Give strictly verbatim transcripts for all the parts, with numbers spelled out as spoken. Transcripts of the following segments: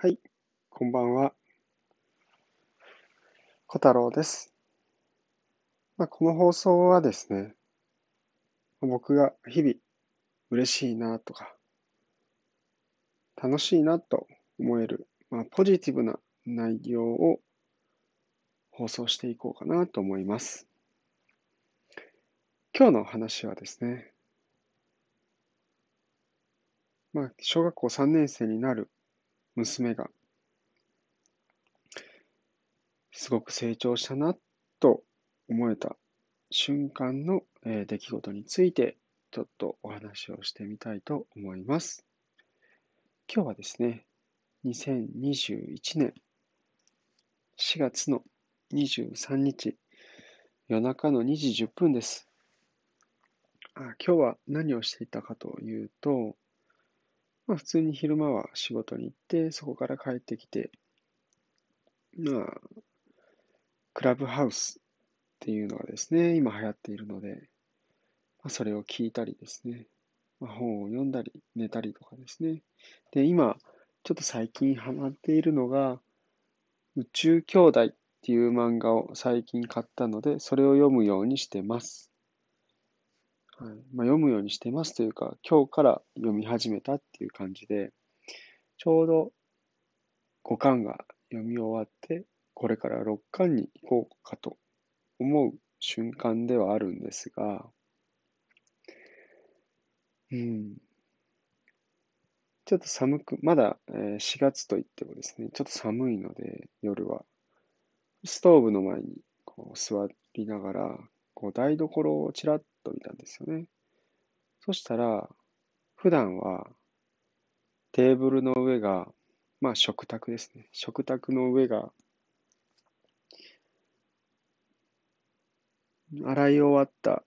はい、こんばんは。小太郎です。まあ、この放送はですね、僕が日々嬉しいなとか、楽しいなと思える、まあ、ポジティブな内容を放送していこうかなと思います。今日の話はですね、まあ、小学校さんねん生になる娘がすごく成長したなと思えた瞬間の、えー出来事についてちょっとお話をしてみたいと思います。今日はですね、にせんにじゅういちねんしがつのにじゅうさんにち、夜中のにじじゅっぷんです。あ、今日は何をしていたかというと、まあ、普通に昼間は仕事に行って、そこから帰ってきて、まあ、クラブハウスっていうのがですね、今流行っているので、まあ、それを聞いたりですね、まあ、本を読んだり、寝たりとかですね。で、今、ちょっと最近ハマっているのが、宇宙兄弟っていう漫画を最近買ったので、それを読むようにしてます。はい。まあ、読むようにしてますというか、今日から読み始めたっていう感じで、ちょうどごかんが読み終わって、これからろっかんに行こうかと思う瞬間ではあるんですが、うん、ちょっと寒く、まだえーしがつといってもですね、ちょっと寒いので、夜は、ストーブの前にこう座りながら、こう台所をちらっと見たんですよね。そしたら、普段はテーブルの上が、まあ食卓ですね。食卓の上が洗い終わった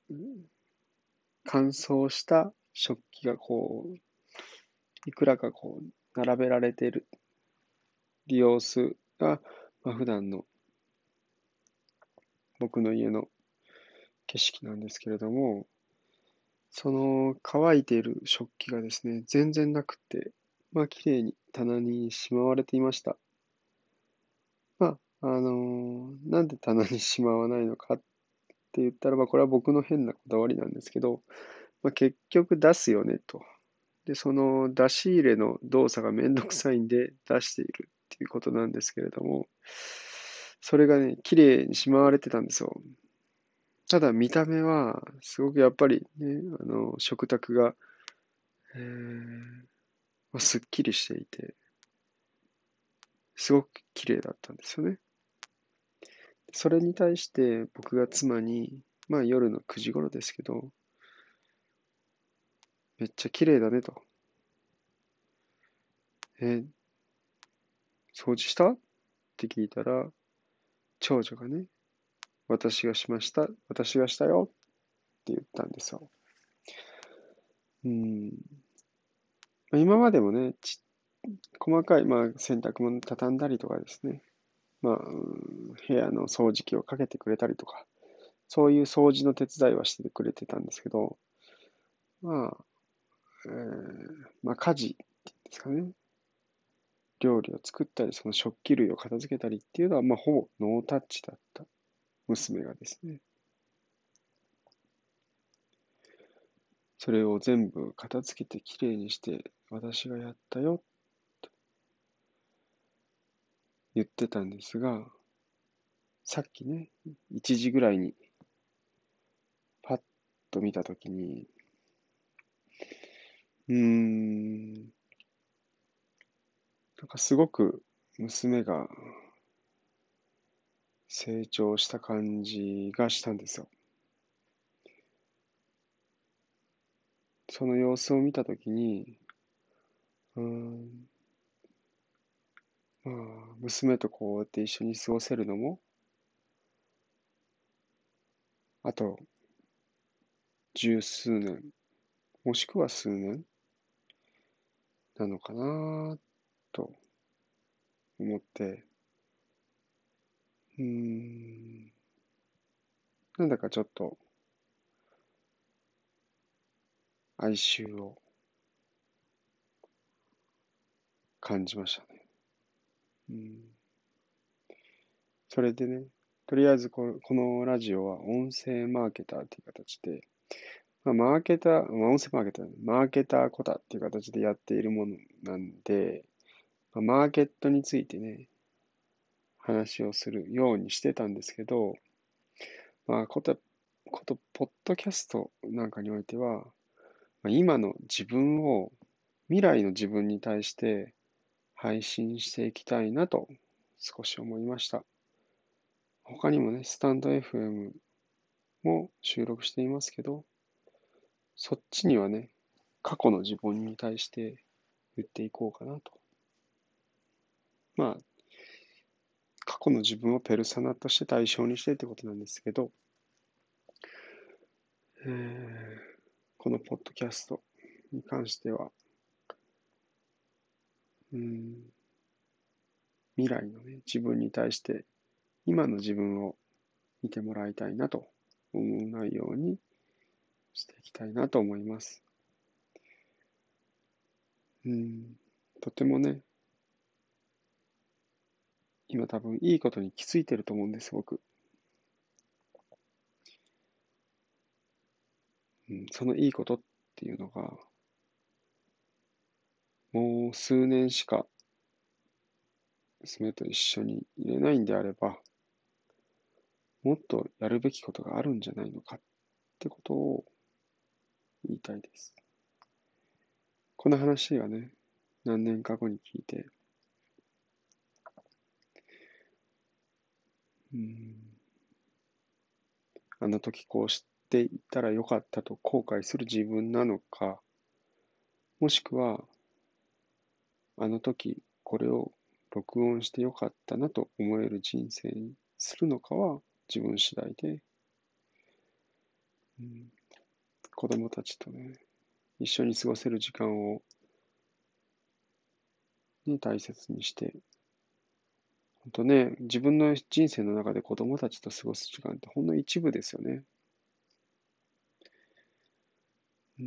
乾燥した食器がこう、いくらかこう、並べられている様子が、まあ、普段の僕の家の景色なんですけれども、その乾いている食器がですね、全然なくて、まあ綺麗に棚にしまわれていました。まあ、あのーなんで棚にしまわないのかって言ったら、まあこれは僕の変なこだわりなんですけど、まあ結局出すよねと。で、その出し入れの動作がめんどくさいんで出しているっていうことなんですけれども、それがね、綺麗にしまわれてたんですよ。ただ見た目は、すごくやっぱりね、あの、食卓が、えーまあすっきりしていて、すごく綺麗だったんですよね。それに対して僕が妻に、まあ夜のくじ頃ですけど、めっちゃ綺麗だねと。え、掃除したって聞いたら、長女がね、私がしました、私がしたよって言ったんですよ。うん。今までもね、ち細かい、まあ、洗濯物畳んだりとかですね、まあ、部屋の掃除機をかけてくれたりとか、そういう掃除の手伝いはしてくれてたんですけど、まあ、えーまあ、家事っていうんですかね、料理を作ったり、その食器類を片付けたりっていうのは、まあ、ほぼノータッチだった娘がですね、それを全部片付けてきれいにして、私がやったよと言ってたんですが、さっきね、いちじぐらいにパッと見たときに、うーん、なんかすごく娘が成長した感じがしたんですよ。その様子を見たときに、うーん、まあ、娘とこうやって一緒に過ごせるのも、あと十数年、もしくは数年なのかなと思って、うーん、なんだかちょっと哀愁を感じましたね。 うん、それでね、とりあえずここのラジオは音声マーケターっていう形で、まあ、マーケター、まあ、音声マーケター、マーケターコタっていう形でやっているものなんで、まあ、マーケットについてね、話をするようにしてたんですけど、まあ、こと、こと、ポッドキャストなんかにおいては、まあ、今の自分を未来の自分に対して配信していきたいなと少し思いました。他にもね、スタンド エフエム も収録していますけど、そっちにはね、過去の自分に対して言っていこうかなと。まあ、過去の自分をペルソナとして対象にしてってことなんですけど、えーこのポッドキャストに関しては、うん、未来のね、自分に対して今の自分を見てもらいたいなと思う内容にしていきたいなと思います。うん、とてもね、今多分いいことに気づいてると思うんです、僕。うん、そのいいことっていうのが、もう数年しか娘と一緒にいれないんであれば、もっとやるべきことがあるんじゃないのかってことを言いたいです。この話がね、何年か後に聞いて、うん、あの時こうしていたらよかったと後悔する自分なのか、もしくは、あの時これを録音してよかったなと思える人生にするのかは自分次第で、うん、子供たちとね、一緒に過ごせる時間を、ね、大切にして、本当ね、自分の人生の中で子供たちと過ごす時間ってほんの一部ですよね。うん、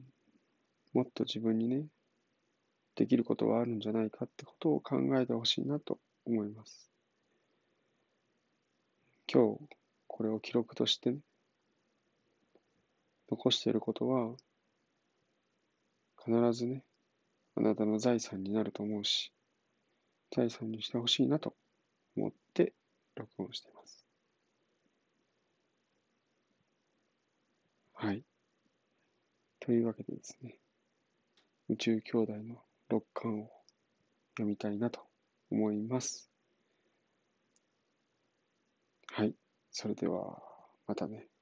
もっと自分にね、できることはあるんじゃないかってことを考えてほしいなと思います。今日、これを記録として、ね、残していることは、必ずね、あなたの財産になると思うし、財産にしてほしいなと思って録音しています。はい。というわけでですね、宇宙兄弟のろっかんを読みたいなと思います。はい。それでは、またね。